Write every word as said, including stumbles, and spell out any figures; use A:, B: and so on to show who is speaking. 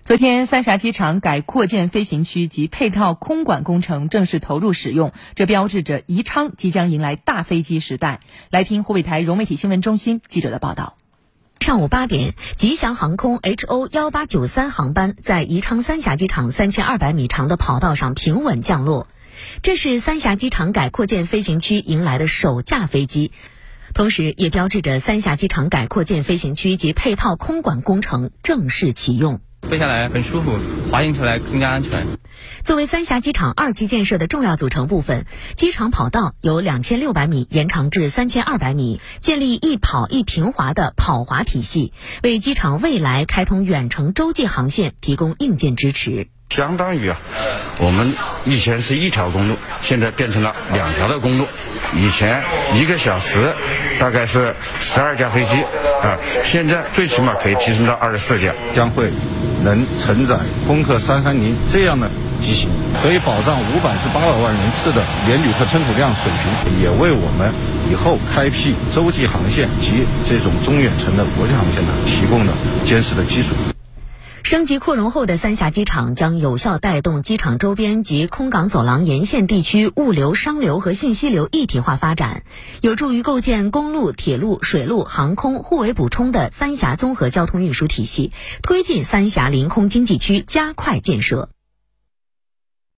A: 昨天，三峡机场改扩建飞行区及配套空管工程正式投入使用，这标志着宜昌即将迎来大飞机时代。来听湖北台融媒体新闻中心记者的报道。
B: 上午八点，吉祥航空 H O 一八九三航班在宜昌三峡机场三千二百米长的跑道上平稳降落。这是三峡机场改扩建飞行区迎来的首架飞机，同时也标志着三峡机场改扩建飞行区及配套空管工程正式启用。
C: 飞下来很舒服，滑行起来更加安全。
B: 作为三峡机场二期建设的重要组成部分，机场跑道由两千六百米延长至三千二百米，建立一跑一平滑的跑滑体系，为机场未来开通远程洲际航线提供硬件支持。
D: 相当于啊，我们以前是一条公路，现在变成了两条的公路。以前一个小时大概是十二架飞机啊，现在最起码可以提升到二十四架，
E: 将会能承载空客三三零这样的机型，可以保障五百至八百万人次的年旅客吞吐量水平，也为我们以后开辟洲际航线及这种中远程的国际航线呢提供了坚实的基础。
B: 升级扩容后的三峡机场将有效带动机场周边及空港走廊沿线地区物流、商流和信息流一体化发展，有助于构建公路、铁路、水路、航空互为补充的三峡综合交通运输体系，推进三峡临空经济区加快建设。